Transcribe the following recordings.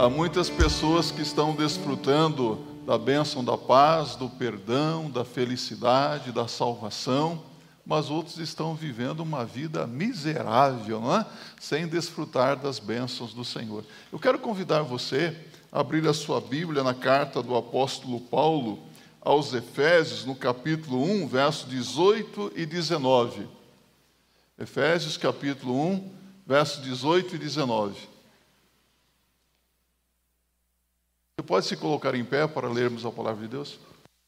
Há muitas pessoas que estão desfrutando da bênção da paz, do perdão, da felicidade, da salvação, mas outros estão vivendo uma vida miserável, não é? Sem desfrutar das bênçãos do Senhor. Eu quero convidar você a abrir a sua Bíblia na carta do apóstolo Paulo aos Efésios, no capítulo 1, versos 18 e 19. Efésios, capítulo 1, versos 18 e 19. Você pode se colocar em pé para lermos a palavra de Deus?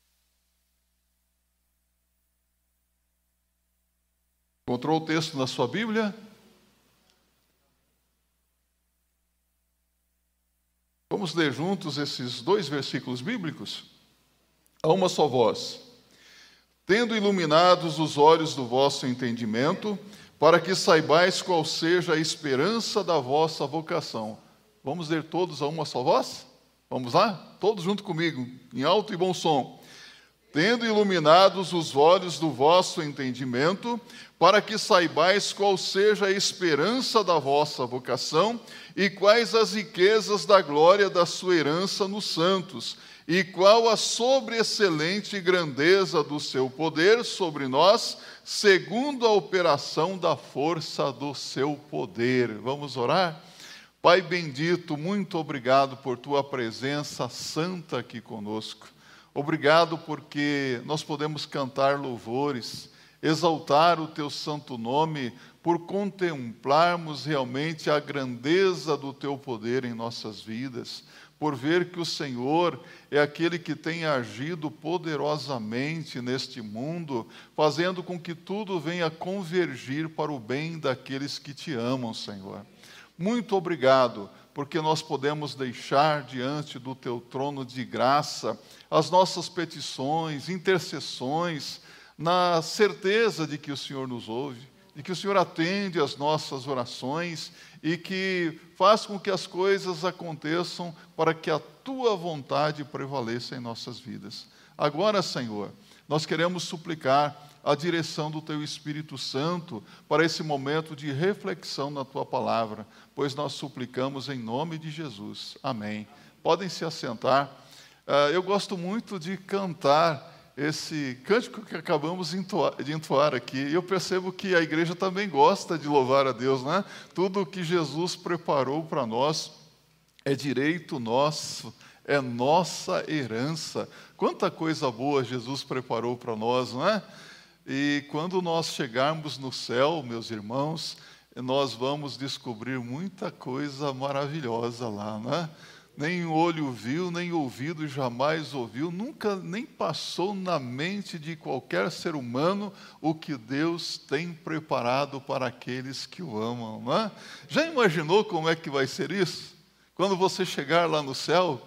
Encontrou o texto na sua Bíblia? Vamos ler juntos esses dois versículos bíblicos? A uma só voz. Tendo iluminados os olhos do vosso entendimento, para que saibais qual seja a esperança da vossa vocação. Vamos ler todos a uma só voz? Vamos lá? Todos junto comigo, em alto e bom som. Tendo iluminados os olhos do vosso entendimento, para que saibais qual seja a esperança da vossa vocação e quais as riquezas da glória da sua herança nos santos, e qual a sobreexcelente grandeza do seu poder sobre nós, segundo a operação da força do seu poder. Vamos orar? Pai bendito, muito obrigado por tua presença santa aqui conosco. Obrigado porque nós podemos cantar louvores, exaltar o teu santo nome, por contemplarmos realmente a grandeza do teu poder em nossas vidas, por ver que o Senhor é aquele que tem agido poderosamente neste mundo, fazendo com que tudo venha convergir para o bem daqueles que te amam, Senhor. Muito obrigado, porque nós podemos deixar diante do teu trono de graça as nossas petições, intercessões, na certeza de que o Senhor nos ouve, de que o Senhor atende às nossas orações e que faz com que as coisas aconteçam para que a tua vontade prevaleça em nossas vidas. Agora, Senhor, nós queremos suplicar a direção do teu Espírito Santo para esse momento de reflexão na tua palavra, pois nós suplicamos em nome de Jesus. Amém. Podem se assentar. Eu gosto muito de cantar esse cântico que acabamos de entoar aqui. Eu percebo que a igreja também gosta de louvar a Deus, né? Tudo o que Jesus preparou para nós é direito nosso, é nossa herança. Quanta coisa boa Jesus preparou para nós, não é? E quando nós chegarmos no céu, meus irmãos, nós vamos descobrir muita coisa maravilhosa lá, né? Nem olho viu, nem ouvido jamais ouviu, nunca nem passou na mente de qualquer ser humano o que Deus tem preparado para aqueles que o amam, né? Já imaginou como é que vai ser isso? Quando você chegar lá no céu,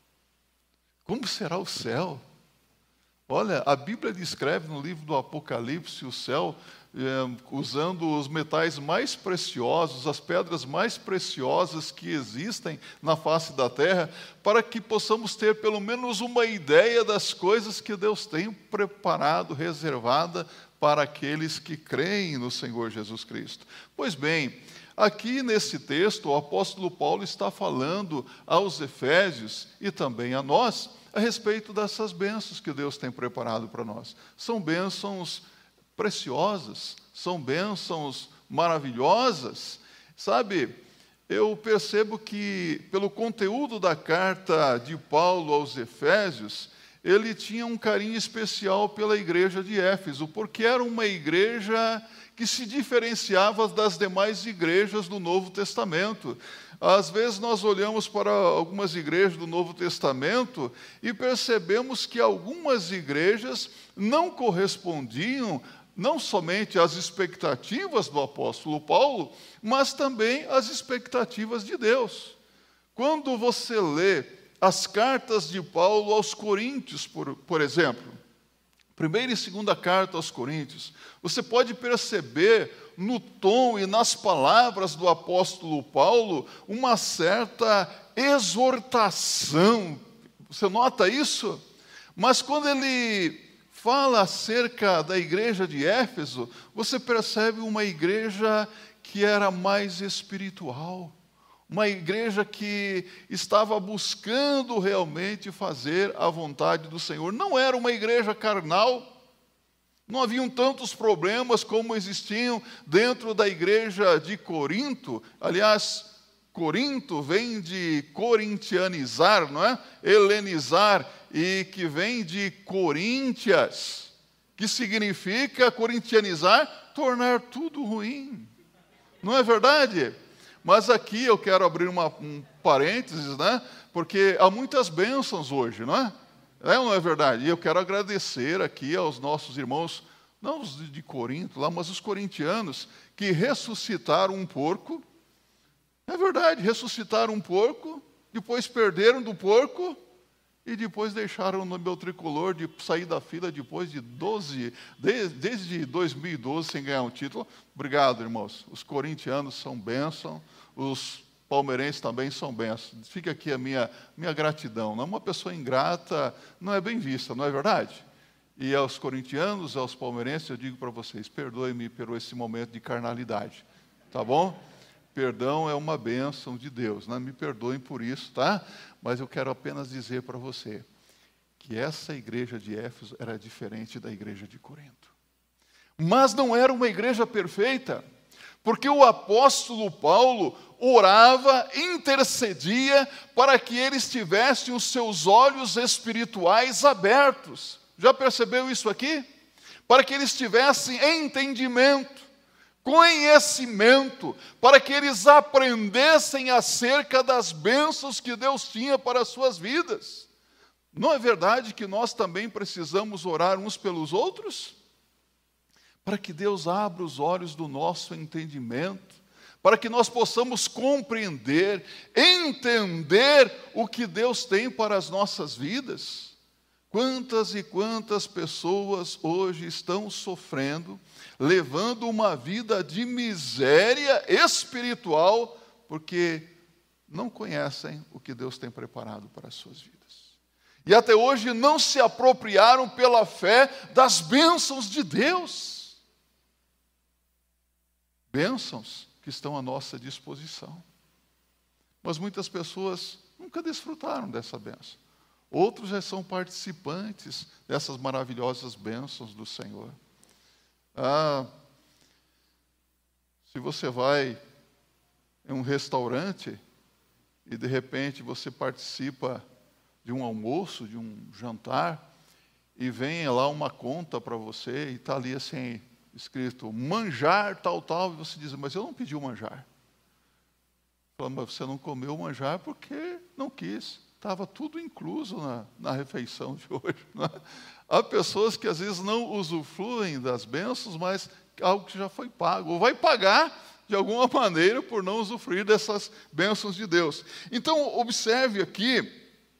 como será o céu? Olha, a Bíblia descreve no livro do Apocalipse o céu usando os metais mais preciosos, as pedras mais preciosas que existem na face da terra, para que possamos ter pelo menos uma ideia das coisas que Deus tem preparado, reservada para aqueles que creem no Senhor Jesus Cristo. Pois bem, aqui nesse texto, o apóstolo Paulo está falando aos Efésios e também a nós, a respeito dessas bênçãos que Deus tem preparado para nós. São bênçãos preciosas, são bênçãos maravilhosas. Sabe, eu percebo que, pelo conteúdo da carta de Paulo aos Efésios, ele tinha um carinho especial pela igreja de Éfeso, porque era uma igreja que se diferenciava das demais igrejas do Novo Testamento. Às vezes nós olhamos para algumas igrejas do Novo Testamento e percebemos que algumas igrejas não correspondiam não somente às expectativas do apóstolo Paulo, mas também às expectativas de Deus. Quando você lê as cartas de Paulo aos Coríntios, por exemplo, primeira e segunda carta aos Coríntios, você pode perceber no tom e nas palavras do apóstolo Paulo uma certa exortação. Você nota isso? Mas quando ele fala acerca da igreja de Éfeso, você percebe uma igreja que era mais espiritual, uma igreja que estava buscando realmente fazer a vontade do Senhor. Não era uma igreja carnal, não haviam tantos problemas como existiam dentro da igreja de Corinto. Aliás, Corinto vem de corintianizar, não é? Helenizar, e que vem de Coríntias, que significa corintianizar, tornar tudo ruim. Não é verdade? Mas aqui eu quero abrir um parênteses, né? Porque há muitas bênçãos hoje, não é? É ou não é verdade? E eu quero agradecer aqui aos nossos irmãos, não os de Corinto lá, mas os corintianos, que ressuscitaram um porco. É verdade, ressuscitaram um porco, depois perderam do porco, e depois deixaram no meu tricolor de sair da fila depois de desde 2012 sem ganhar um título. Obrigado, irmãos. Os corintianos são bênção, os palmeirenses também são bênção. Fica aqui a minha gratidão. Não, uma pessoa ingrata não é bem vista, não é verdade? E aos corintianos, aos palmeirenses, eu digo para vocês, perdoe-me por esse momento de carnalidade, tá bom? Perdão é uma bênção de Deus, não me perdoem por isso, tá? Mas eu quero apenas dizer para você que essa igreja de Éfeso era diferente da igreja de Corinto. Mas não era uma igreja perfeita, porque o apóstolo Paulo orava, intercedia para que eles tivessem os seus olhos espirituais abertos. Já percebeu isso aqui? Para que eles tivessem entendimento, conhecimento, para que eles aprendessem acerca das bênçãos que Deus tinha para as suas vidas. Não é verdade que nós também precisamos orar uns pelos outros? Para que Deus abra os olhos do nosso entendimento, para que nós possamos compreender, entender o que Deus tem para as nossas vidas. Quantas e quantas pessoas hoje estão sofrendo, levando uma vida de miséria espiritual, porque não conhecem o que Deus tem preparado para as suas vidas. E até hoje não se apropriaram pela fé das bênçãos de Deus. Bênçãos que estão à nossa disposição. Mas muitas pessoas nunca desfrutaram dessa bênção. Outros já são participantes dessas maravilhosas bênçãos do Senhor. Se você vai em um restaurante e de repente você participa de um almoço, de um jantar, e vem lá uma conta para você e está ali assim, escrito manjar tal, tal, e você diz, mas eu não pedi o manjar. Fala, mas você não comeu o manjar porque não quis. Estava tudo incluso na refeição de hoje. Não é? Há pessoas que às vezes não usufruem das bênçãos, mas algo que já foi pago, ou vai pagar de alguma maneira por não usufruir dessas bênçãos de Deus. Então, observe aqui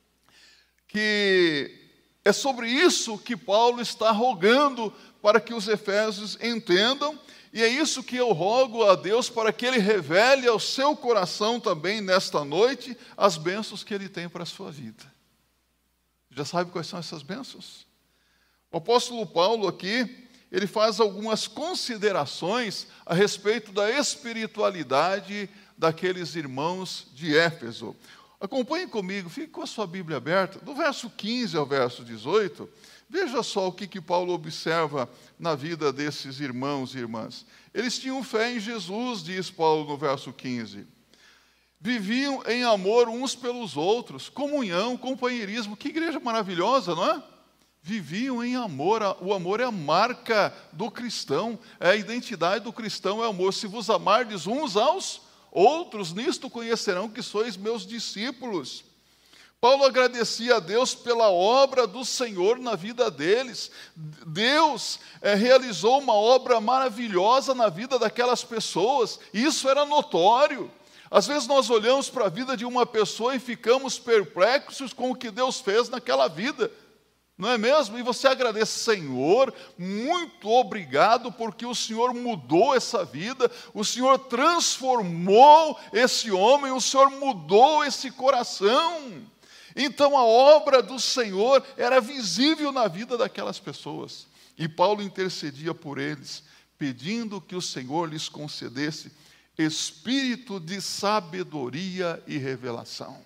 que é sobre isso que Paulo está rogando para que os efésios entendam, e é isso que eu rogo a Deus para que Ele revele ao seu coração também nesta noite as bênçãos que Ele tem para a sua vida. Já sabe quais são essas bênçãos? O apóstolo Paulo aqui, ele faz algumas considerações a respeito da espiritualidade daqueles irmãos de Éfeso. Acompanhe comigo, fique com a sua Bíblia aberta, do verso 15 ao verso 18, veja só o que Paulo observa na vida desses irmãos e irmãs. Eles tinham fé em Jesus, diz Paulo no verso 15. Viviam em amor uns pelos outros, comunhão, companheirismo. Que igreja maravilhosa, não é? Viviam em amor. O amor é a marca do cristão, é a identidade do cristão, é o amor. Se vos amardes uns aos outros, nisto conhecerão que sois meus discípulos. Paulo agradecia a Deus pela obra do Senhor na vida deles. Deus realizou uma obra maravilhosa na vida daquelas pessoas, e isso era notório. Às vezes nós olhamos para a vida de uma pessoa e ficamos perplexos com o que Deus fez naquela vida. Não é mesmo? E você agradece, Senhor, muito obrigado, porque o Senhor mudou essa vida, o Senhor transformou esse homem, o Senhor mudou esse coração. Então a obra do Senhor era visível na vida daquelas pessoas. E Paulo intercedia por eles, pedindo que o Senhor lhes concedesse espírito de sabedoria e revelação.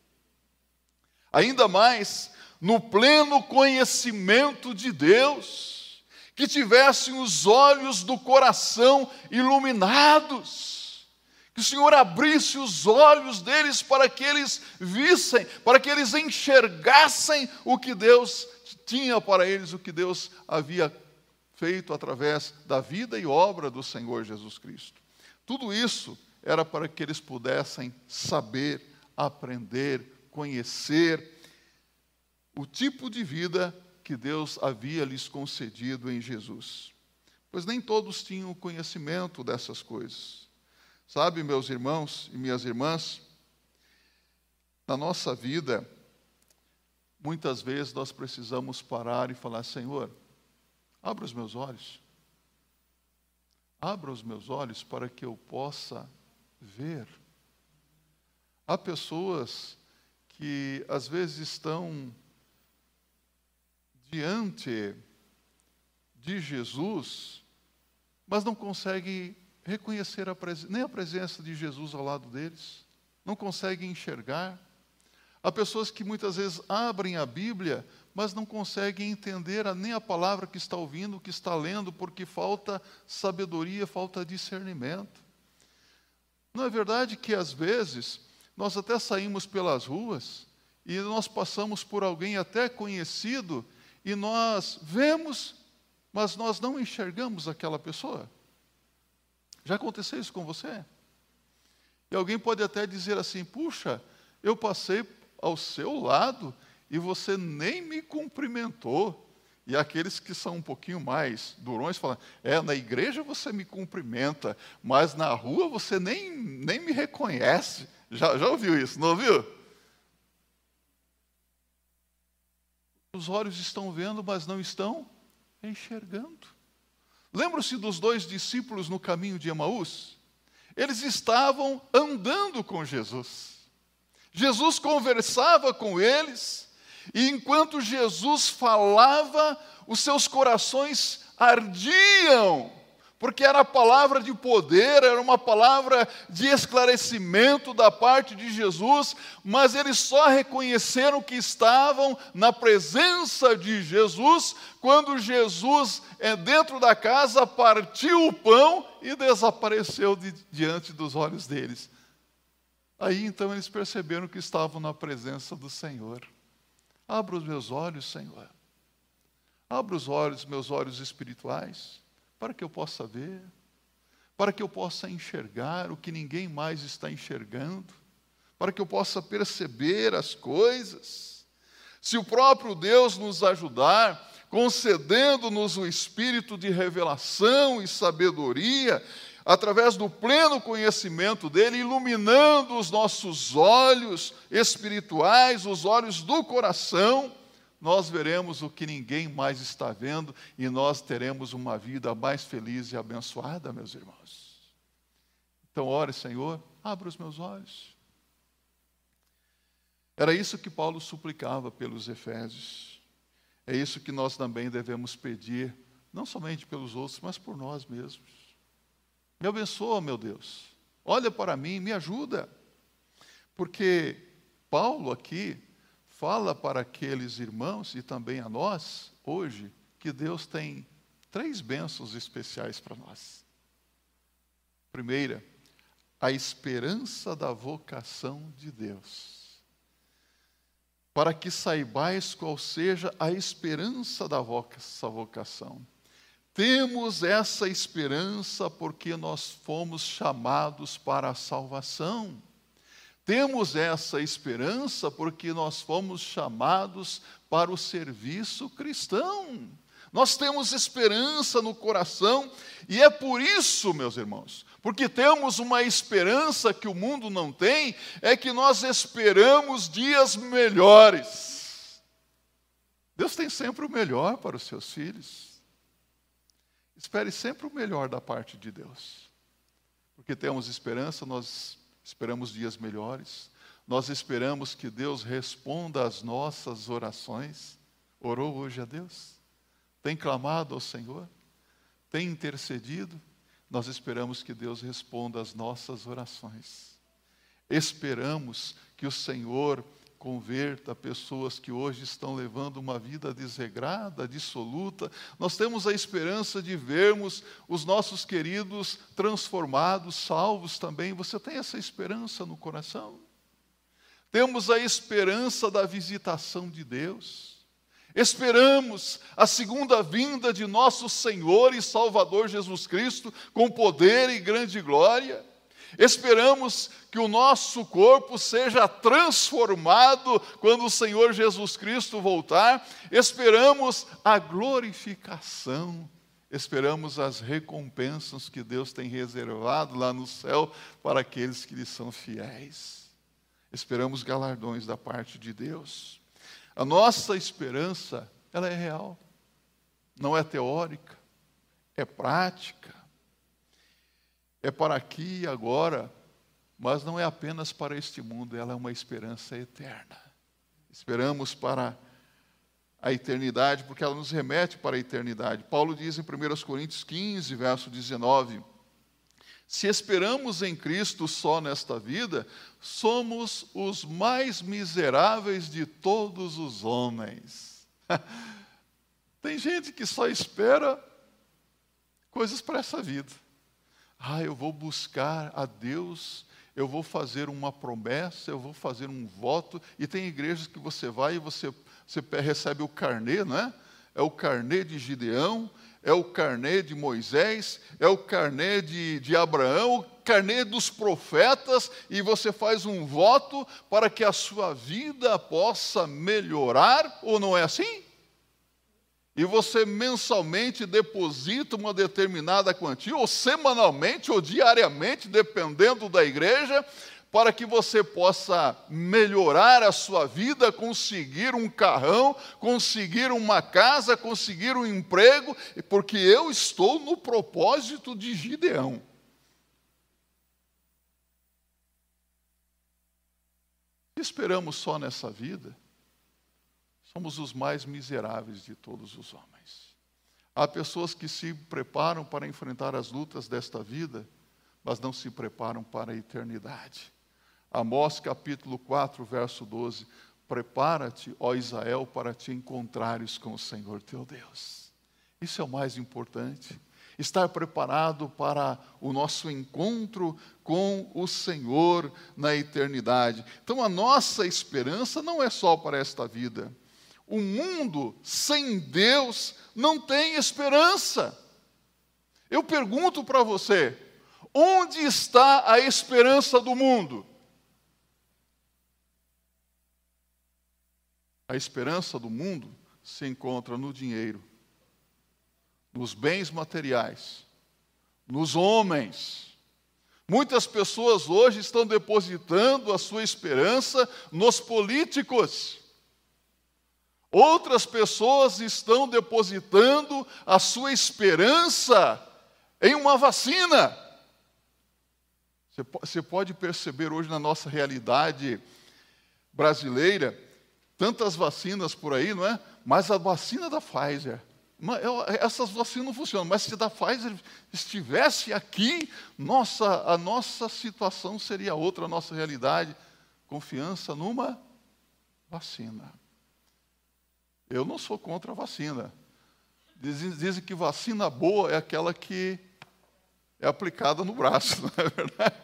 Ainda mais no pleno conhecimento de Deus, que tivessem os olhos do coração iluminados, que o Senhor abrisse os olhos deles para que eles vissem, para que eles enxergassem o que Deus tinha para eles, o que Deus havia feito através da vida e obra do Senhor Jesus Cristo. Tudo isso era para que eles pudessem saber, aprender, conhecer o tipo de vida que Deus havia lhes concedido em Jesus. Pois nem todos tinham conhecimento dessas coisas. Sabe, meus irmãos e minhas irmãs, na nossa vida, muitas vezes nós precisamos parar e falar: Senhor, abra os meus olhos. Abra os meus olhos para que eu possa ver. Há pessoas que às vezes estão diante de Jesus, mas não conseguem reconhecer nem a presença de Jesus ao lado deles, não conseguem enxergar. Há pessoas que muitas vezes abrem a Bíblia, mas não conseguem entender nem a palavra que está ouvindo, que está lendo, porque falta sabedoria, falta discernimento. Não é verdade que às vezes nós até saímos pelas ruas e nós passamos por alguém até conhecido e nós vemos, mas nós não enxergamos aquela pessoa? Já aconteceu isso com você? E alguém pode até dizer assim: puxa, eu passei ao seu lado e você nem me cumprimentou. E aqueles que são um pouquinho mais durões falam: na igreja você me cumprimenta, mas na rua você nem me reconhece. Já ouviu isso, não ouviu? Os olhos estão vendo, mas não estão enxergando. Lembram-se dos 2 discípulos no caminho de Emaús? Eles estavam andando com Jesus. Jesus conversava com eles, e enquanto Jesus falava, os seus corações ardiam, porque era a palavra de poder, era uma palavra de esclarecimento da parte de Jesus, mas eles só reconheceram que estavam na presença de Jesus quando Jesus, dentro da casa, partiu o pão e desapareceu diante dos olhos deles. Aí então eles perceberam que estavam na presença do Senhor. Abra os meus olhos, Senhor. Abra os olhos, meus olhos espirituais, para que eu possa ver, para que eu possa enxergar o que ninguém mais está enxergando, para que eu possa perceber as coisas. Se o próprio Deus nos ajudar, concedendo-nos o espírito de revelação e sabedoria, através do pleno conhecimento dele, iluminando os nossos olhos espirituais, os olhos do coração, nós veremos o que ninguém mais está vendo e nós teremos uma vida mais feliz e abençoada, meus irmãos. Então, ore, Senhor, abra os meus olhos. Era isso que Paulo suplicava pelos Efésios. É isso que nós também devemos pedir, não somente pelos outros, mas por nós mesmos. Me abençoa, meu Deus. Olha para mim, me ajuda. Porque Paulo aqui fala para aqueles irmãos e também a nós, hoje, que Deus tem 3 bênçãos especiais para nós. Primeira, a esperança da vocação de Deus. Para que saibais qual seja a esperança da vossa vocação. Temos essa esperança porque nós fomos chamados para a salvação. Temos essa esperança porque nós fomos chamados para o serviço cristão. Nós temos esperança no coração e é por isso, meus irmãos, porque temos uma esperança que o mundo não tem, é que nós esperamos dias melhores. Deus tem sempre o melhor para os seus filhos. Espere sempre o melhor da parte de Deus. Porque temos esperança, nós esperamos dias melhores. Nós esperamos que Deus responda às nossas orações. Orou hoje a Deus? Tem clamado ao Senhor? Tem intercedido? nós esperamos que Deus responda às nossas orações. Esperamos que o Senhor converta pessoas que hoje estão levando uma vida desregrada, dissoluta. Nós temos a esperança de vermos os nossos queridos transformados, salvos também. Você tem essa esperança no coração? Temos a esperança da visitação de Deus. Esperamos a segunda vinda de nosso Senhor e Salvador Jesus Cristo com poder e grande glória. Esperamos que o nosso corpo seja transformado quando o Senhor Jesus Cristo voltar. Esperamos a glorificação. Esperamos as recompensas que Deus tem reservado lá no céu para aqueles que lhe são fiéis. Esperamos galardões da parte de Deus. A nossa esperança, ela é real. Não é teórica, é prática. É para aqui e agora, mas não é apenas para este mundo, ela é uma esperança eterna. Esperamos para a eternidade, porque ela nos remete para a eternidade. Paulo diz em 1 Coríntios 15, verso 19, se esperamos em Cristo só nesta vida, somos os mais miseráveis de todos os homens. Tem gente que só espera coisas para essa vida. Eu vou buscar a Deus, eu vou fazer uma promessa, eu vou fazer um voto. E tem igrejas que você vai e você recebe o carnê, não é? É o carnê de Gideão, é o carnê de Moisés, é o carnê de Abraão, o carnê dos profetas, e você faz um voto para que a sua vida possa melhorar, ou não é assim? E você mensalmente deposita uma determinada quantia, ou semanalmente, ou diariamente, dependendo da igreja, para que você possa melhorar a sua vida, conseguir um carrão, conseguir uma casa, conseguir um emprego, porque eu estou no propósito de Gideão. Se esperamos só nessa vida, somos os mais miseráveis de todos os homens. Há pessoas que se preparam para enfrentar as lutas desta vida, mas não se preparam para a eternidade. Amós capítulo 4, verso 12, prepara-te, ó Israel, para te encontrares com o Senhor teu Deus. Isso é o mais importante. Estar preparado para o nosso encontro com o Senhor na eternidade. Então a nossa esperança não é só para esta vida. O mundo sem Deus não tem esperança. Eu pergunto para você, onde está a esperança do mundo? A esperança do mundo se encontra no dinheiro, nos bens materiais, nos homens. Muitas pessoas hoje estão depositando a sua esperança nos políticos. Outras pessoas estão depositando a sua esperança em uma vacina. Você pode perceber hoje na nossa realidade brasileira, tantas vacinas por aí, não é? Mas a vacina da Pfizer, essas vacinas não funcionam, mas se a da Pfizer estivesse aqui, a nossa situação seria outra, a nossa realidade. Confiança numa vacina. Eu não sou contra a vacina. Dizem que vacina boa é aquela que é aplicada no braço, não é verdade?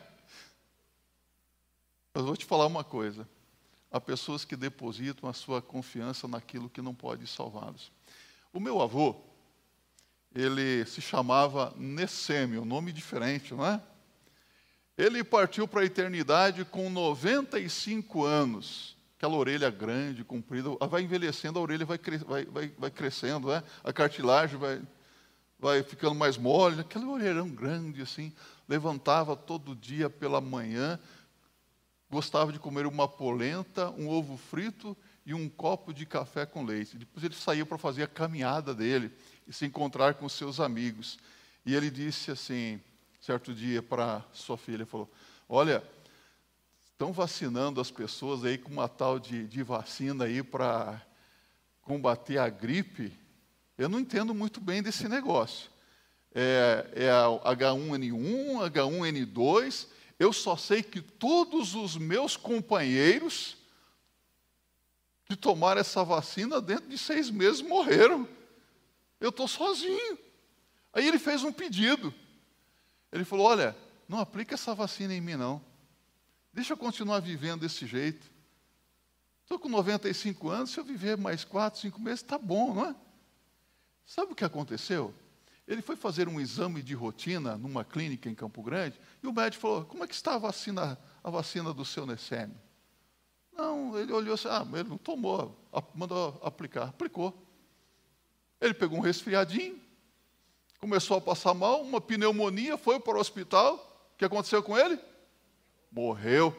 Mas vou te falar uma coisa. Há pessoas que depositam a sua confiança naquilo que não pode salvá-los. O meu avô, ele se chamava Nessêmio, nome diferente, não é? Ele partiu para a eternidade com 95 anos. Aquela orelha grande, comprida, vai envelhecendo, a orelha vai crescendo, né? A cartilagem vai ficando mais mole. Aquele orelhão grande assim, levantava todo dia pela manhã, gostava de comer uma polenta, um ovo frito e um copo de café com leite. Depois ele saía para fazer a caminhada dele e se encontrar com seus amigos. E ele disse assim, certo dia para sua filha, falou, olha, estão vacinando as pessoas aí com uma tal de vacina aí para combater a gripe. Eu não entendo muito bem desse negócio. é a H1N1, H1N2. Eu só sei que todos os meus companheiros que tomaram essa vacina, dentro de 6 meses morreram. Eu estou sozinho. Aí ele fez um pedido. Ele falou, olha, não aplica essa vacina em mim, não. Deixa eu continuar vivendo desse jeito. Estou com 95 anos, se eu viver mais 4, 5 meses, está bom, não é? Sabe o que aconteceu? Ele foi fazer um exame de rotina numa clínica em Campo Grande, e o médico falou, como é que está a vacina do seu Nessêmio? Não, ele olhou assim, ele não tomou, mandou aplicar, aplicou. Ele pegou um resfriadinho, começou a passar mal, uma pneumonia, foi para o hospital. O que aconteceu com ele? Morreu.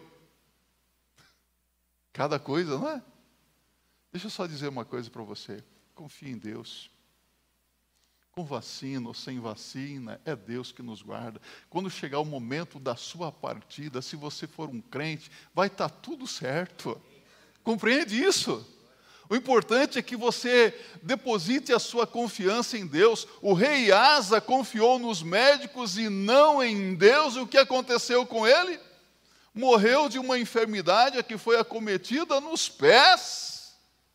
Cada coisa, não é? Deixa eu só dizer uma coisa para você. Confie em Deus. Com vacina ou sem vacina, é Deus que nos guarda. Quando chegar o momento da sua partida, se você for um crente, vai estar tudo certo. Compreende isso? O importante é que você deposite a sua confiança em Deus. O rei Asa confiou nos médicos e não em Deus. E o que aconteceu com ele? Morreu de uma enfermidade a que foi acometida nos pés.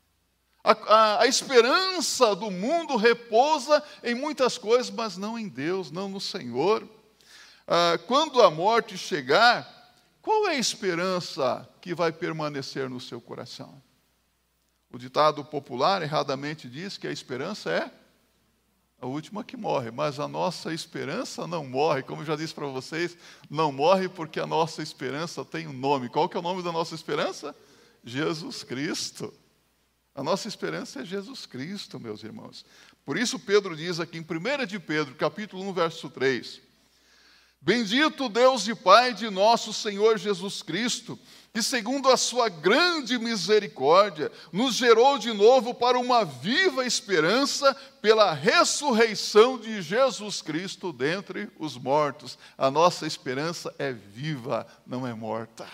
A esperança do mundo repousa em muitas coisas, mas não em Deus, não no Senhor. Quando a morte chegar, qual é a esperança que vai permanecer no seu coração? O ditado popular erradamente diz que a esperança é a última que morre, mas a nossa esperança não morre. Como eu já disse para vocês, não morre porque a nossa esperança tem um nome. Qual que é o nome da nossa esperança? Jesus Cristo. A nossa esperança é Jesus Cristo, meus irmãos. Por isso Pedro diz aqui em 1 de Pedro, capítulo 1, verso 3, bendito Deus e Pai de nosso Senhor Jesus Cristo, que segundo a sua grande misericórdia, nos gerou de novo para uma viva esperança pela ressurreição de Jesus Cristo dentre os mortos. A nossa esperança é viva, não é morta.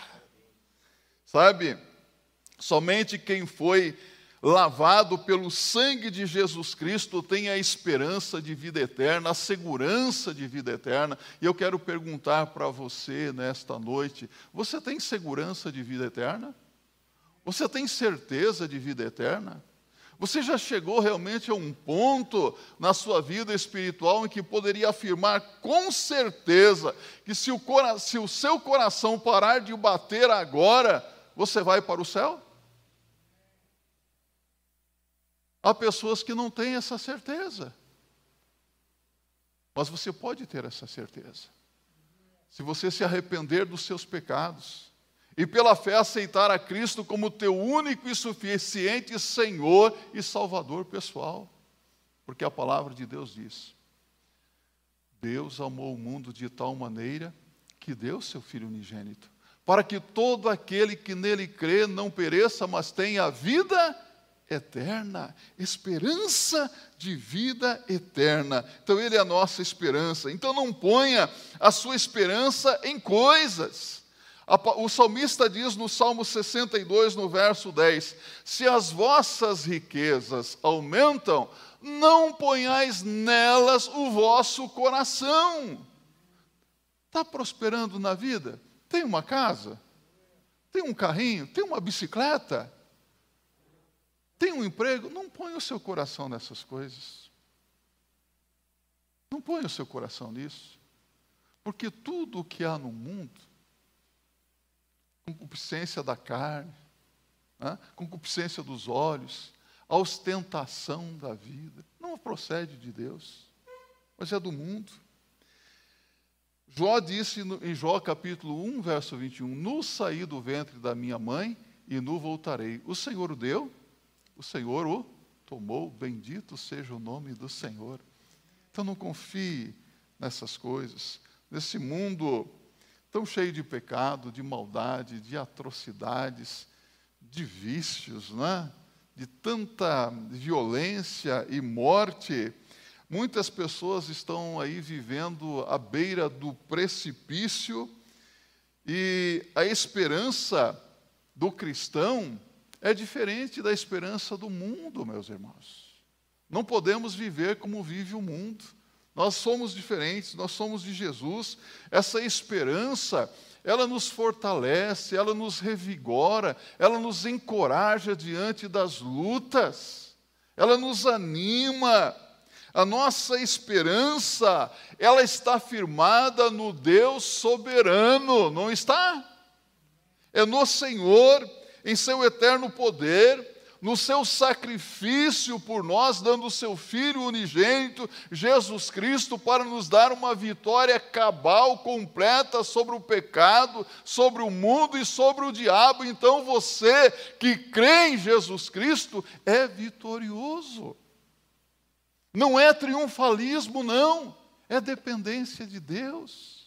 Sabe, somente quem foi lavado pelo sangue de Jesus Cristo tem a esperança de vida eterna, a segurança de vida eterna. E eu quero perguntar para você nesta noite, você tem segurança de vida eterna? Você tem certeza de vida eterna? Você já chegou realmente a um ponto na sua vida espiritual em que poderia afirmar com certeza que se o seu coração parar de bater agora, você vai para o céu? Há pessoas que não têm essa certeza. Mas você pode ter essa certeza. Se você se arrepender dos seus pecados e pela fé aceitar a Cristo como teu único e suficiente Senhor e Salvador pessoal. Porque a palavra de Deus diz, Deus amou o mundo de tal maneira que deu seu Filho unigênito, para que todo aquele que nele crê não pereça, mas tenha a vida eterna, esperança de vida eterna. Então ele é a nossa esperança. Então não ponha a sua esperança em coisas. O salmista diz no Salmo 62, no verso 10, se as vossas riquezas aumentam, não ponhais nelas o vosso coração. Está prosperando na vida? Tem uma casa? Tem um carrinho? Tem uma bicicleta? Tem um emprego? Não ponha o seu coração nessas coisas. Não ponha o seu coração nisso. Porque tudo o que há no mundo, concupiscência da carne, concupiscência dos olhos, a ostentação da vida, não procede de Deus, mas é do mundo. Jó disse em Jó capítulo 1, verso 21, no saí do ventre da minha mãe e no voltarei. O Senhor o deu, o Senhor o tomou, bendito seja o nome do Senhor. Então não confie nessas coisas, nesse mundo tão cheio de pecado, de maldade, de atrocidades, de vícios, de tanta violência e morte. Muitas pessoas estão aí vivendo à beira do precipício e a esperança do cristão é diferente da esperança do mundo, meus irmãos. Não podemos viver como vive o mundo. Nós somos diferentes, nós somos de Jesus. Essa esperança, ela nos fortalece, ela nos revigora, ela nos encoraja diante das lutas, ela nos anima. A nossa esperança, ela está firmada no Deus soberano, não está? É no Senhor, em seu eterno poder, no seu sacrifício por nós, dando o seu Filho unigênito, Jesus Cristo, para nos dar uma vitória cabal, completa sobre o pecado, sobre o mundo e sobre o diabo. Então você que crê em Jesus Cristo é vitorioso. Não é triunfalismo, não, é dependência de Deus.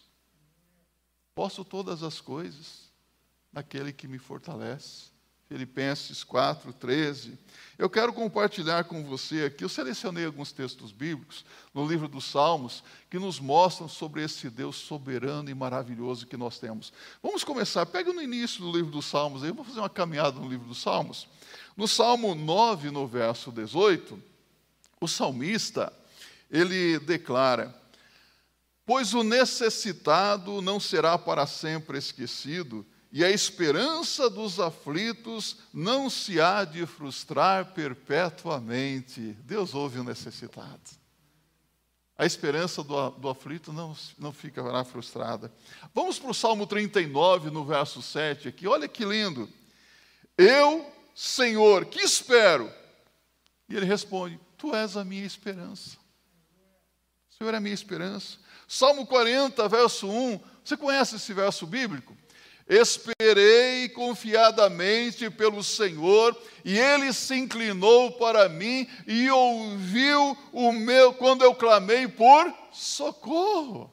Posso todas as coisas naquele que me fortalece. Filipenses 4:13. Eu quero compartilhar com você aqui, eu selecionei alguns textos bíblicos no livro dos Salmos, que nos mostram sobre esse Deus soberano e maravilhoso que nós temos. Vamos começar, pega no início do livro dos Salmos, aí eu vou fazer uma caminhada no livro dos Salmos. No Salmo 9, no verso 18, o salmista, ele declara: pois o necessitado não será para sempre esquecido, e a esperança dos aflitos não se há de frustrar perpetuamente. Deus ouve o necessitado. A esperança do aflito não ficará frustrada. Vamos para o Salmo 39, no verso 7 aqui. Olha que lindo. Eu, Senhor, que espero? E ele responde: Tu és a minha esperança. O Senhor é a minha esperança. Salmo 40, verso 1. Você conhece esse verso bíblico? Esperei confiadamente pelo Senhor, e Ele se inclinou para mim e ouviu quando eu clamei por socorro.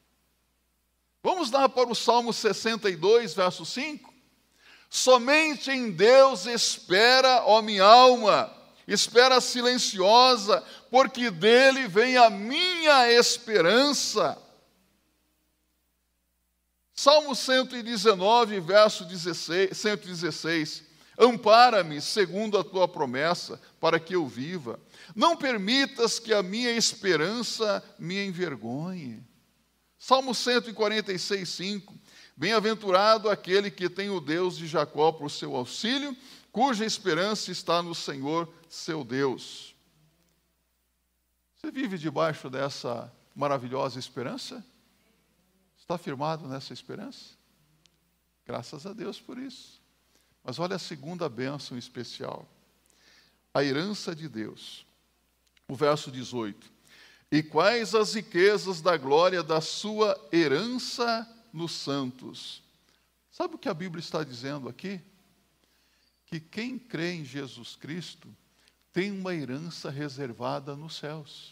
Vamos lá para o Salmo 62, verso 5. Somente em Deus espera, ó minha alma, espera silenciosa, porque dele vem a minha esperança. Salmo 119, verso 116. Ampara-me segundo a tua promessa, para que eu viva. Não permitas que a minha esperança me envergonhe. Salmo 146, 5. Bem-aventurado aquele que tem o Deus de Jacó por seu auxílio, cuja esperança está no Senhor, seu Deus. Você vive debaixo dessa maravilhosa esperança? Está firmado nessa esperança? Graças a Deus por isso. Mas olha a segunda bênção especial. A herança de Deus. O verso 18. E quais as riquezas da glória da sua herança nos santos? Sabe o que a Bíblia está dizendo aqui? Que quem crê em Jesus Cristo tem uma herança reservada nos céus.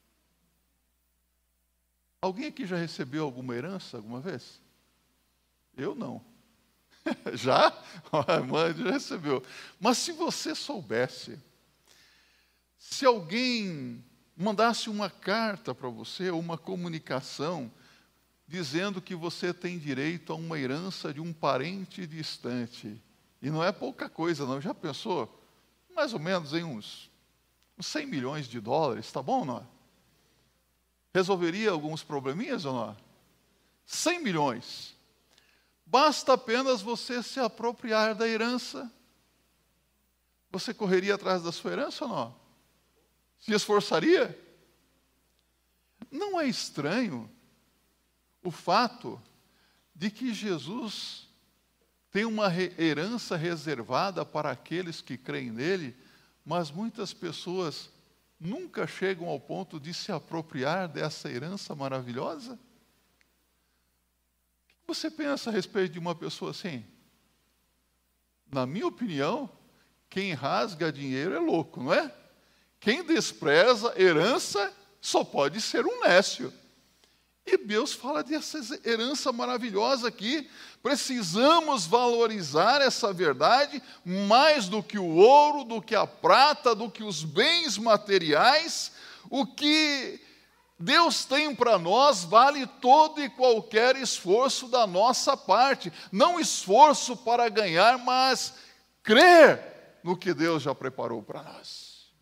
Alguém aqui já recebeu alguma herança alguma vez? Eu não. Já? A irmã já recebeu. Mas se você soubesse, se alguém mandasse uma carta para você, uma comunicação, dizendo que você tem direito a uma herança de um parente distante, e não é pouca coisa não, já pensou? Mais ou menos em uns 100 milhões de dólares, tá bom, não é? Resolveria alguns probleminhas ou não? 100 milhões. Basta apenas você se apropriar da herança. Você correria atrás da sua herança ou não? Se esforçaria? Não é estranho o fato de que Jesus tem uma herança reservada para aqueles que creem nele, mas muitas pessoas nunca chegam ao ponto de se apropriar dessa herança maravilhosa? O que você pensa a respeito de uma pessoa assim? Na minha opinião, quem rasga dinheiro é louco, não é? Quem despreza herança só pode ser um nécio. E Deus fala dessa herança maravilhosa aqui. Precisamos valorizar essa verdade mais do que o ouro, do que a prata, do que os bens materiais. O que Deus tem para nós vale todo e qualquer esforço da nossa parte. Não esforço para ganhar, mas crer no que Deus já preparou para nós.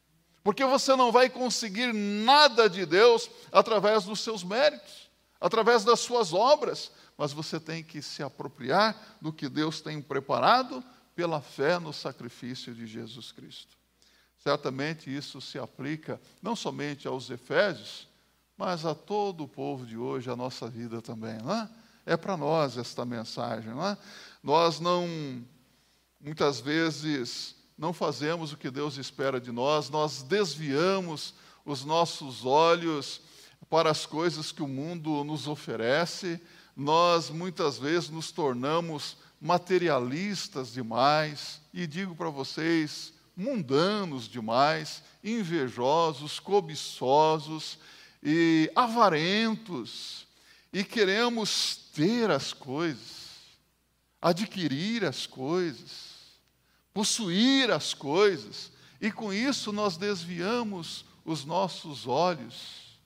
Porque você não vai conseguir nada de Deus através dos seus méritos, através das suas obras, mas você tem que se apropriar do que Deus tem preparado pela fé no sacrifício de Jesus Cristo. Certamente isso se aplica não somente aos Efésios, mas a todo o povo de hoje, a nossa vida também, não é? É para nós esta mensagem, não é? Nós muitas vezes, não fazemos o que Deus espera de nós, nós desviamos os nossos olhos para as coisas que o mundo nos oferece, nós muitas vezes nos tornamos materialistas demais, e digo para vocês, mundanos demais, invejosos, cobiçosos e avarentos, e queremos ter as coisas, adquirir as coisas, possuir as coisas, e com isso nós desviamos os nossos olhos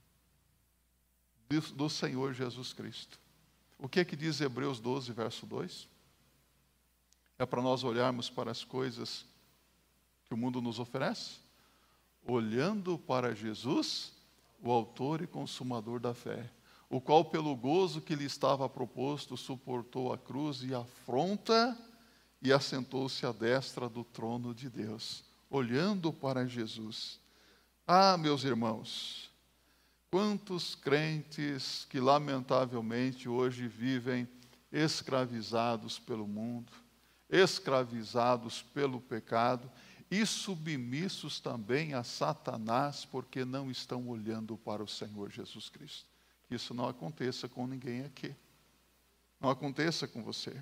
do Senhor Jesus Cristo. O que é que diz Hebreus 12, verso 2? É para nós olharmos para as coisas que o mundo nos oferece, olhando para Jesus, o autor e consumador da fé, o qual pelo gozo que lhe estava proposto, suportou a cruz e a afronta, e assentou-se à destra do trono de Deus, olhando para Jesus. Ah, meus irmãos, quantos crentes que lamentavelmente hoje vivem escravizados pelo mundo, escravizados pelo pecado e submissos também a Satanás, porque não estão olhando para o Senhor Jesus Cristo. Que isso não aconteça com ninguém aqui. Não aconteça com você.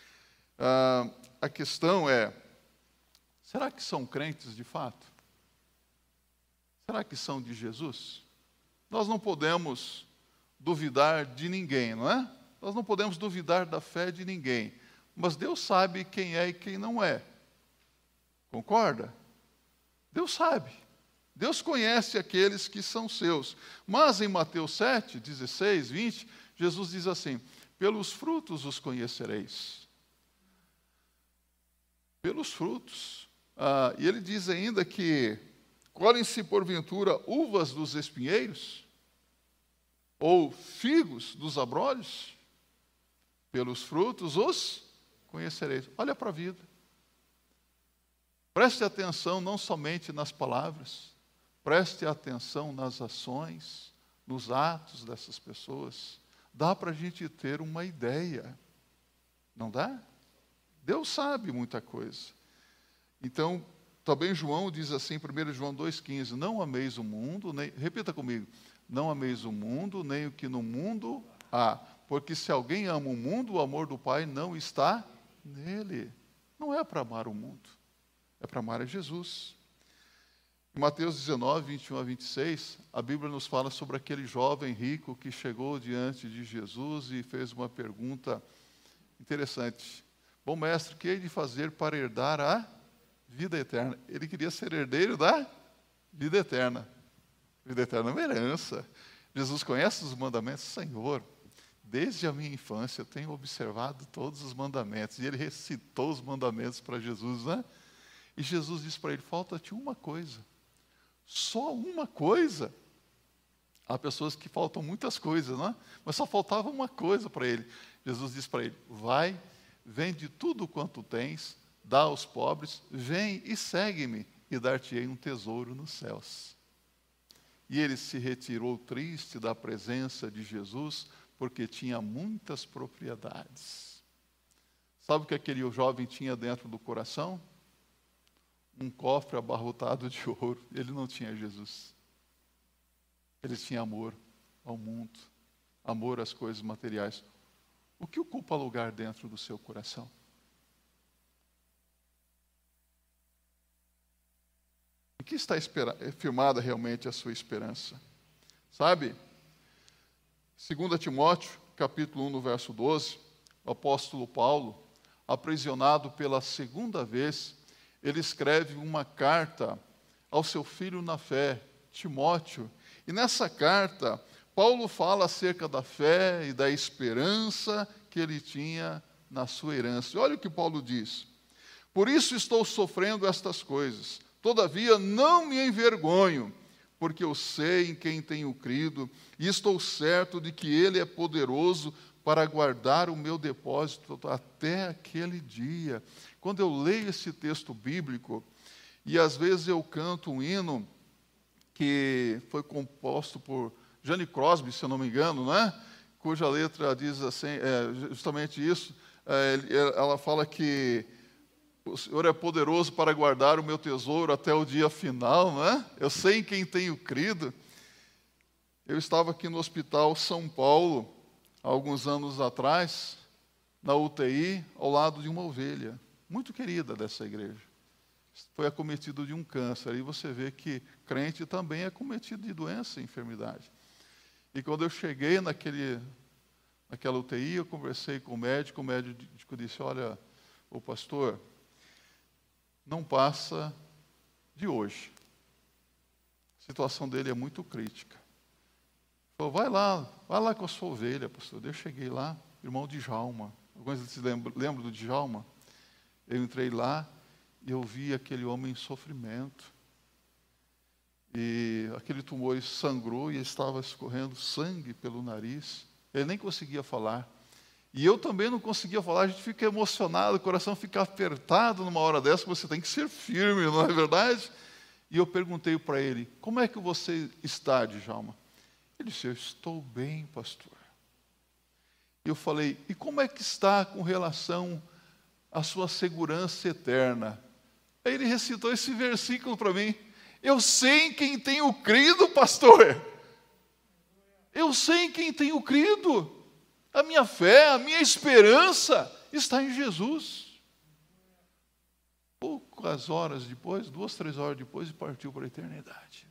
A questão é, será que são crentes de fato? Será que são de Jesus? Nós não podemos duvidar de ninguém, não é? Nós não podemos duvidar da fé de ninguém. Mas Deus sabe quem é e quem não é. Concorda? Deus sabe. Deus conhece aqueles que são seus. Mas em Mateus 7, 16, 20, Jesus diz assim: pelos frutos os conhecereis. Pelos frutos. E ele diz ainda que colhem-se porventura uvas dos espinheiros? Ou figos dos abrolhos? Pelos frutos os conhecereis. Olha para a vida. Preste atenção não somente nas palavras, preste atenção nas ações, nos atos dessas pessoas. Dá para a gente ter uma ideia. Não dá? Deus sabe muita coisa. Então, também João diz assim, 1 João 2,15, não ameis o mundo, repita comigo, não ameis o mundo, nem o que no mundo há. Porque se alguém ama o mundo, o amor do Pai não está nele. Não é para amar o mundo, é para amar a Jesus. Em Mateus 19, 21 a 26, a Bíblia nos fala sobre aquele jovem rico que chegou diante de Jesus e fez uma pergunta interessante. Bom mestre, o que hei de fazer para herdar a vida eterna? Ele queria ser herdeiro da vida eterna. Vida eterna é uma herança. Jesus conhece os mandamentos. Senhor, desde a minha infância eu tenho observado todos os mandamentos. E ele recitou os mandamentos para Jesus, né? E Jesus disse para ele, falta-te uma coisa. Só uma coisa. Há pessoas que faltam muitas coisas, não é? Mas só faltava uma coisa para ele. Jesus disse para ele, vai, vende tudo quanto tens, dá aos pobres, vem e segue-me, e dar-te-ei um tesouro nos céus. E ele se retirou triste da presença de Jesus, porque tinha muitas propriedades. Sabe o que aquele jovem tinha dentro do coração? Um cofre abarrotado de ouro. Ele não tinha Jesus. Ele tinha amor ao mundo, amor às coisas materiais. O que ocupa lugar dentro do seu coração? Em que está firmada realmente a sua esperança? Sabe? 2 Timóteo, capítulo 1, no verso 12, o apóstolo Paulo, aprisionado pela segunda vez, ele escreve uma carta ao seu filho na fé, Timóteo. E nessa carta, Paulo fala acerca da fé e da esperança que ele tinha na sua herança. E olha o que Paulo diz. Por isso estou sofrendo estas coisas. Todavia, não me envergonho, porque eu sei em quem tenho crido, e estou certo de que Ele é poderoso para guardar o meu depósito até aquele dia. Quando eu leio esse texto bíblico, e às vezes eu canto um hino que foi composto por Jane Crosby, se eu não me engano, não é? Cuja letra diz assim, justamente isso, ela fala que o Senhor é poderoso para guardar o meu tesouro até o dia final, não é? Eu sei em quem tenho crido. Eu estava aqui no Hospital São Paulo, há alguns anos atrás, na UTI, ao lado de uma ovelha, muito querida dessa igreja. Foi acometido de um câncer, e você vê que crente também é acometido de doença e enfermidade. E quando eu cheguei naquela UTI, eu conversei com o médico disse, olha, o pastor, não passa de hoje. A situação dele é muito crítica. Ele falou, vai lá com a sua ovelha, pastor. Eu cheguei lá, irmão Djalma. Alguns se lembram do Djalma? Eu entrei lá e eu vi aquele homem em sofrimento. E aquele tumor sangrou e estava escorrendo sangue pelo nariz. Ele nem conseguia falar. E eu também não conseguia falar. A gente fica emocionado, o coração fica apertado numa hora dessa, você tem que ser firme, não é verdade? E eu perguntei para ele, como é que você está, Djalma? Ele disse, eu estou bem, pastor. Eu falei, e como é que está com relação à sua segurança eterna? Aí ele recitou esse versículo para mim. Eu sei em quem tenho crido, pastor. Eu sei em quem tenho crido. A minha fé, a minha esperança está em Jesus. Poucas horas depois, 2, 3 horas depois, ele partiu para a eternidade.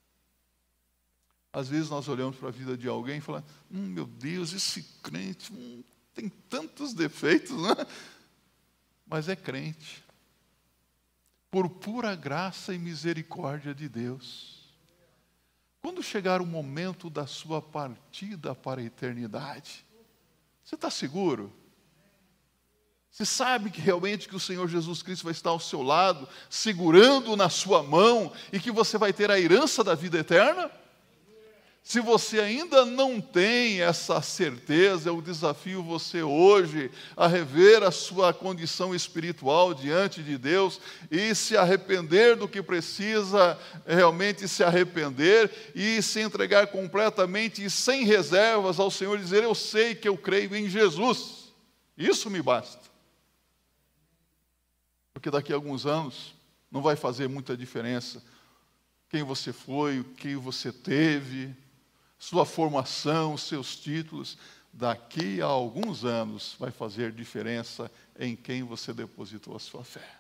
Às vezes nós olhamos para a vida de alguém e falamos, meu Deus, esse crente tem tantos defeitos, né? Mas é crente. Por pura graça e misericórdia de Deus. Quando chegar o momento da sua partida para a eternidade, você está seguro? Você sabe que realmente que o Senhor Jesus Cristo vai estar ao seu lado, segurando na sua mão, e que você vai ter a herança da vida eterna? Se você ainda não tem essa certeza, eu desafio você hoje a rever a sua condição espiritual diante de Deus e se arrepender do que precisa realmente se arrepender e se entregar completamente e sem reservas ao Senhor e dizer, eu sei que eu creio em Jesus. Isso me basta. Porque daqui a alguns anos não vai fazer muita diferença quem você foi, quem você teve, sua formação, seus títulos. Daqui a alguns anos vai fazer diferença em quem você depositou a sua fé.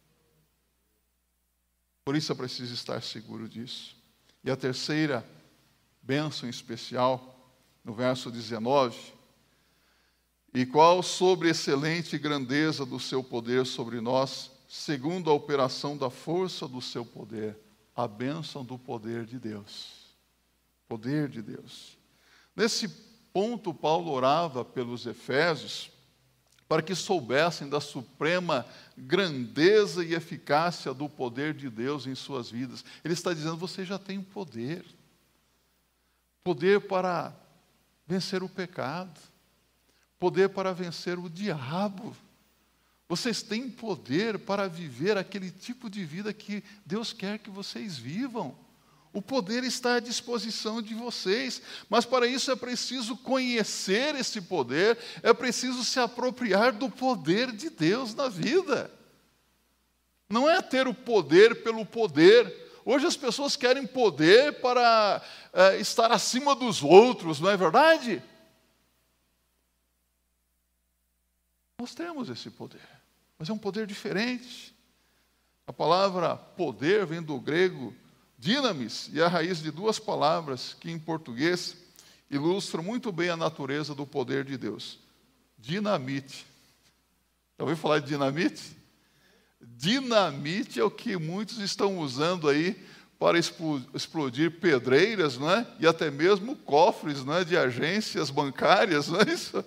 Por isso é preciso estar seguro disso. E a terceira bênção especial, no verso 19, e qual sobre excelente grandeza do seu poder sobre nós, segundo a operação da força do seu poder, a bênção do poder de Deus. Poder de Deus. Nesse ponto, Paulo orava pelos Efésios para que soubessem da suprema grandeza e eficácia do poder de Deus em suas vidas. Ele está dizendo, você já tem poder. Poder para vencer o pecado. Poder para vencer o diabo. Vocês têm poder para viver aquele tipo de vida que Deus quer que vocês vivam. O poder está à disposição de vocês, mas para isso é preciso conhecer esse poder, é preciso se apropriar do poder de Deus na vida. Não é ter o poder pelo poder. Hoje as pessoas querem poder para estar acima dos outros, não é verdade? Nós temos esse poder, mas é um poder diferente. A palavra poder vem do grego dinamis, e é a raiz de duas palavras que em português ilustram muito bem a natureza do poder de Deus. Dinamite. Já ouviu falar de dinamite? Dinamite é o que muitos estão usando aí para explodir pedreiras, não é? E até mesmo cofres, não é? De agências bancárias, não é isso?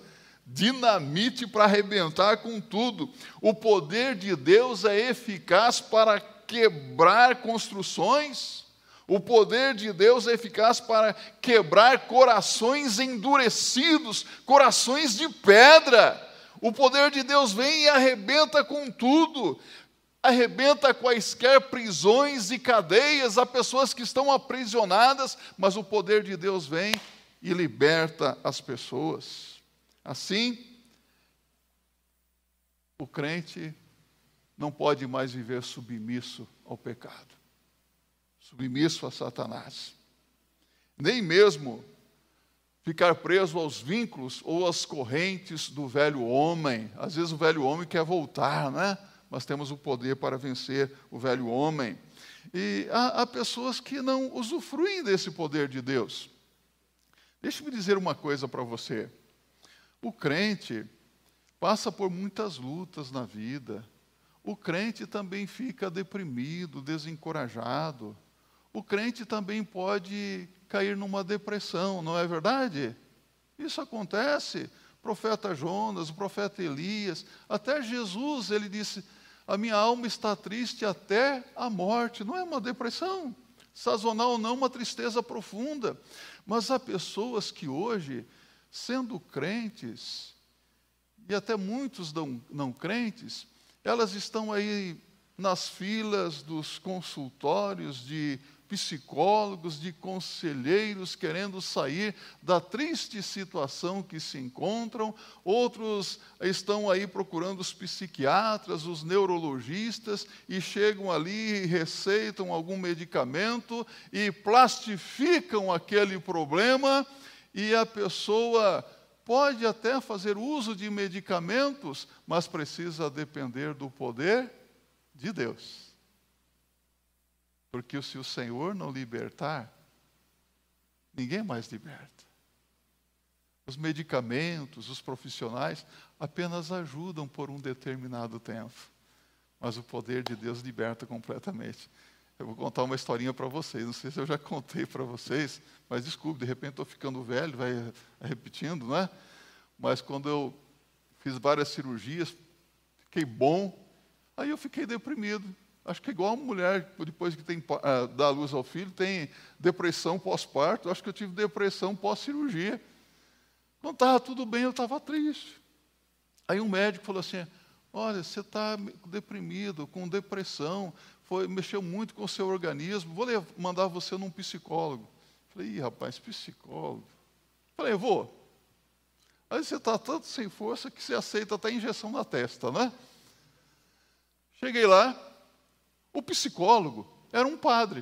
Dinamite para arrebentar com tudo. O poder de Deus é eficaz para quebrar construções. O poder de Deus é eficaz para quebrar corações endurecidos, corações de pedra. O poder de Deus vem e arrebenta com tudo. Arrebenta quaisquer prisões e cadeias a pessoas que estão aprisionadas, mas o poder de Deus vem e liberta as pessoas. Assim, o crente não pode mais viver submisso ao pecado, submisso a Satanás. Nem mesmo ficar preso aos vínculos ou às correntes do velho homem. Às vezes o velho homem quer voltar, né? Mas temos o poder para vencer o velho homem. E há pessoas que não usufruem desse poder de Deus. Deixe-me dizer uma coisa para você. O crente passa por muitas lutas na vida. O crente também fica deprimido, desencorajado. O crente também pode cair numa depressão, não é verdade? Isso acontece. O profeta Jonas, o profeta Elias, até Jesus, ele disse: a minha alma está triste até a morte. Não é uma depressão sazonal, não, uma tristeza profunda. Mas há pessoas que hoje, sendo crentes, e até muitos não crentes, elas estão aí nas filas dos consultórios de psicólogos, de conselheiros, querendo sair da triste situação que se encontram. Outros estão aí procurando os psiquiatras, os neurologistas, e chegam ali e receitam algum medicamento e plastificam aquele problema, e a pessoa pode até fazer uso de medicamentos, mas precisa depender do poder de Deus. Porque se o Senhor não libertar, ninguém mais liberta. Os medicamentos, os profissionais, apenas ajudam por um determinado tempo. Mas o poder de Deus liberta completamente. Eu vou contar uma historinha para vocês. Não sei se eu já contei para vocês, mas desculpe, de repente estou ficando velho, vai repetindo, não é? Mas quando eu fiz várias cirurgias, fiquei bom, aí eu fiquei deprimido. Acho que é igual a mulher, depois que dá luz ao filho, tem depressão pós-parto. Acho que eu tive depressão pós-cirurgia. Quando estava tudo bem, eu estava triste. Aí um médico falou assim: olha, você está deprimido, com depressão, mexeu muito com o seu organismo, vou mandar você num psicólogo. Falei: ih, rapaz, psicólogo. Falei: eu vou. Aí você está tanto sem força que você aceita até injeção na testa, né? Cheguei lá. O psicólogo era um padre.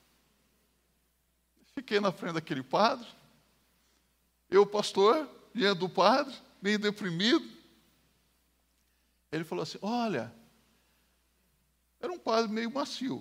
Fiquei na frente daquele padre. Eu, pastor, diante do padre, meio deprimido. Ele falou assim: olha, era um padre meio macio.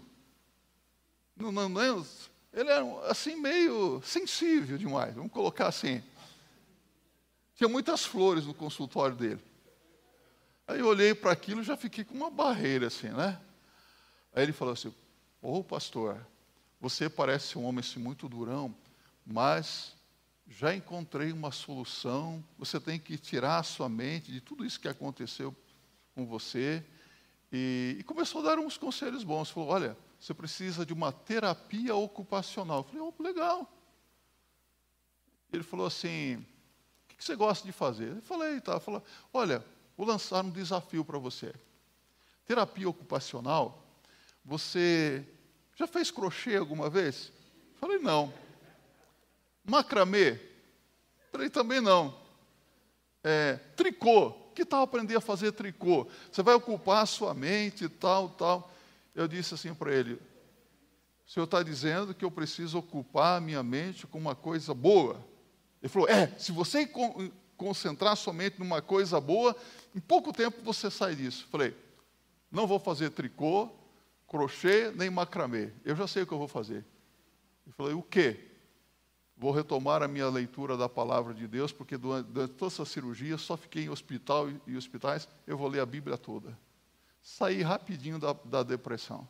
Ele era assim meio sensível demais, vamos colocar assim. Tinha muitas flores no consultório dele. Aí eu olhei para aquilo e já fiquei com uma barreira assim, né? Aí ele falou assim: ô pastor, você parece um homem assim, muito durão, mas já encontrei uma solução. Você tem que tirar a sua mente de tudo isso que aconteceu com você. E começou a dar uns conselhos bons. Falou: olha, você precisa de uma terapia ocupacional. Eu falei: oh, legal. Ele falou assim: o que você gosta de fazer? Eu falei: tá. Falou: olha, vou lançar um desafio para você. Terapia ocupacional. Você já fez crochê alguma vez? Falei: não. Macramê? Falei: também não. Tricô? Que tal aprender a fazer tricô? Você vai ocupar a sua mente, tal. Eu disse assim para ele: o senhor está dizendo que eu preciso ocupar a minha mente com uma coisa boa? Ele falou: se você concentrar sua mente numa coisa boa, em pouco tempo você sai disso. Falei: não vou fazer tricô, crochê, nem macramê. Eu já sei o que eu vou fazer. Ele falou: o quê? Vou retomar a minha leitura da palavra de Deus, porque durante toda essa cirurgia, só fiquei em hospital e hospitais, eu vou ler a Bíblia toda. Saí rapidinho da depressão.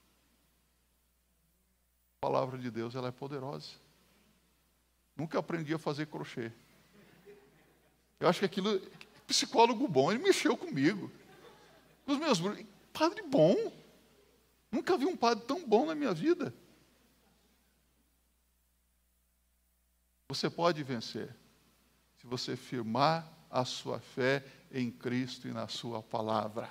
A palavra de Deus, ela é poderosa. Nunca aprendi a fazer crochê. Eu acho que aquilo, psicólogo bom, ele mexeu comigo. Com os meus padre bom. Nunca vi um padre tão bom na minha vida. Você pode vencer se você firmar a sua fé em Cristo e na sua palavra.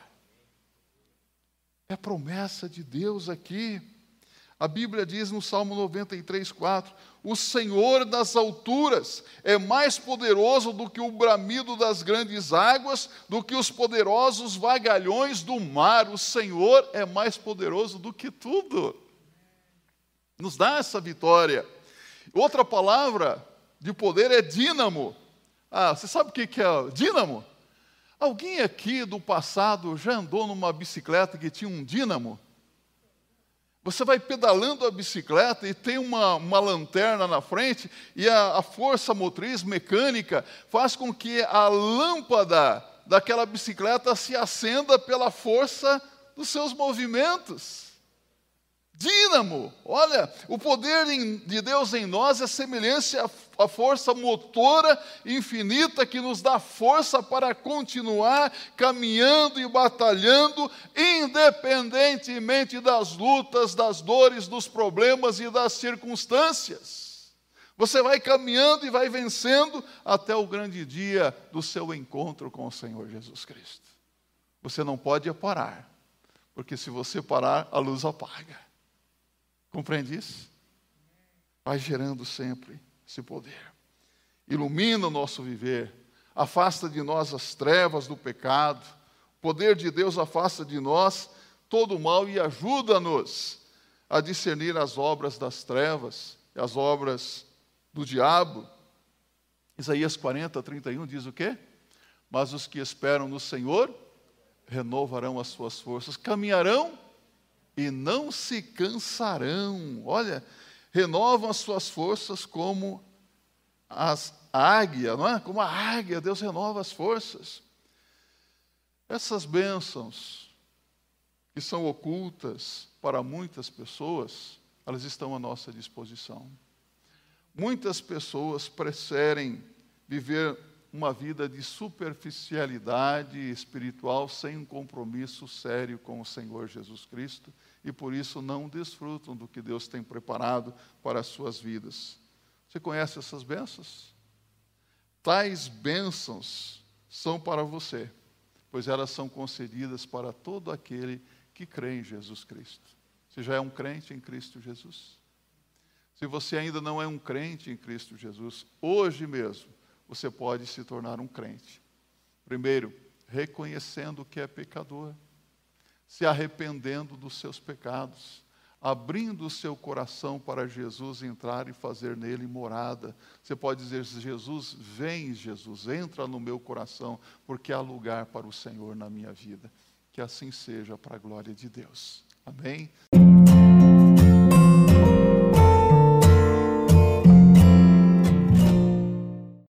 É promessa de Deus aqui. A Bíblia diz no Salmo 93:4, o Senhor das alturas é mais poderoso do que o bramido das grandes águas, do que os poderosos vagalhões do mar. O Senhor é mais poderoso do que tudo. Nos dá essa vitória. Outra palavra de poder é dínamo. Você sabe o que é dínamo? Alguém aqui do passado já andou numa bicicleta que tinha um dínamo? Você vai pedalando a bicicleta e tem uma lanterna na frente e a força motriz mecânica faz com que a lâmpada daquela bicicleta se acenda pela força dos seus movimentos. Dínamo, olha, o poder de Deus em nós é semelhante à força motora infinita que nos dá força para continuar caminhando e batalhando, independentemente das lutas, das dores, dos problemas e das circunstâncias. Você vai caminhando e vai vencendo até o grande dia do seu encontro com o Senhor Jesus Cristo. Você não pode parar, porque se você parar, a luz apaga. Compreende isso? Vai gerando sempre esse poder. Ilumina o nosso viver, afasta de nós as trevas do pecado. O poder de Deus afasta de nós todo o mal e ajuda-nos a discernir as obras das trevas e as obras do diabo. Isaías 40:31 diz o quê? Mas os que esperam no Senhor renovarão as suas forças, caminharão e não se cansarão. Olha, renovam as suas forças como a águia, não é? Como a águia, Deus renova as forças. Essas bênçãos que são ocultas para muitas pessoas, elas estão à nossa disposição. Muitas pessoas preferem viver uma vida de superficialidade espiritual sem um compromisso sério com o Senhor Jesus Cristo e por isso não desfrutam do que Deus tem preparado para as suas vidas. Você conhece essas bênçãos? Tais bênçãos são para você, pois elas são concedidas para todo aquele que crê em Jesus Cristo. Você já é um crente em Cristo Jesus? Se você ainda não é um crente em Cristo Jesus, hoje mesmo, você pode se tornar um crente. Primeiro, reconhecendo que é pecador, se arrependendo dos seus pecados, abrindo o seu coração para Jesus entrar e fazer nele morada. Você pode dizer, Jesus, vem Jesus, entra no meu coração, porque há lugar para o Senhor na minha vida. Que assim seja para a glória de Deus. Amém?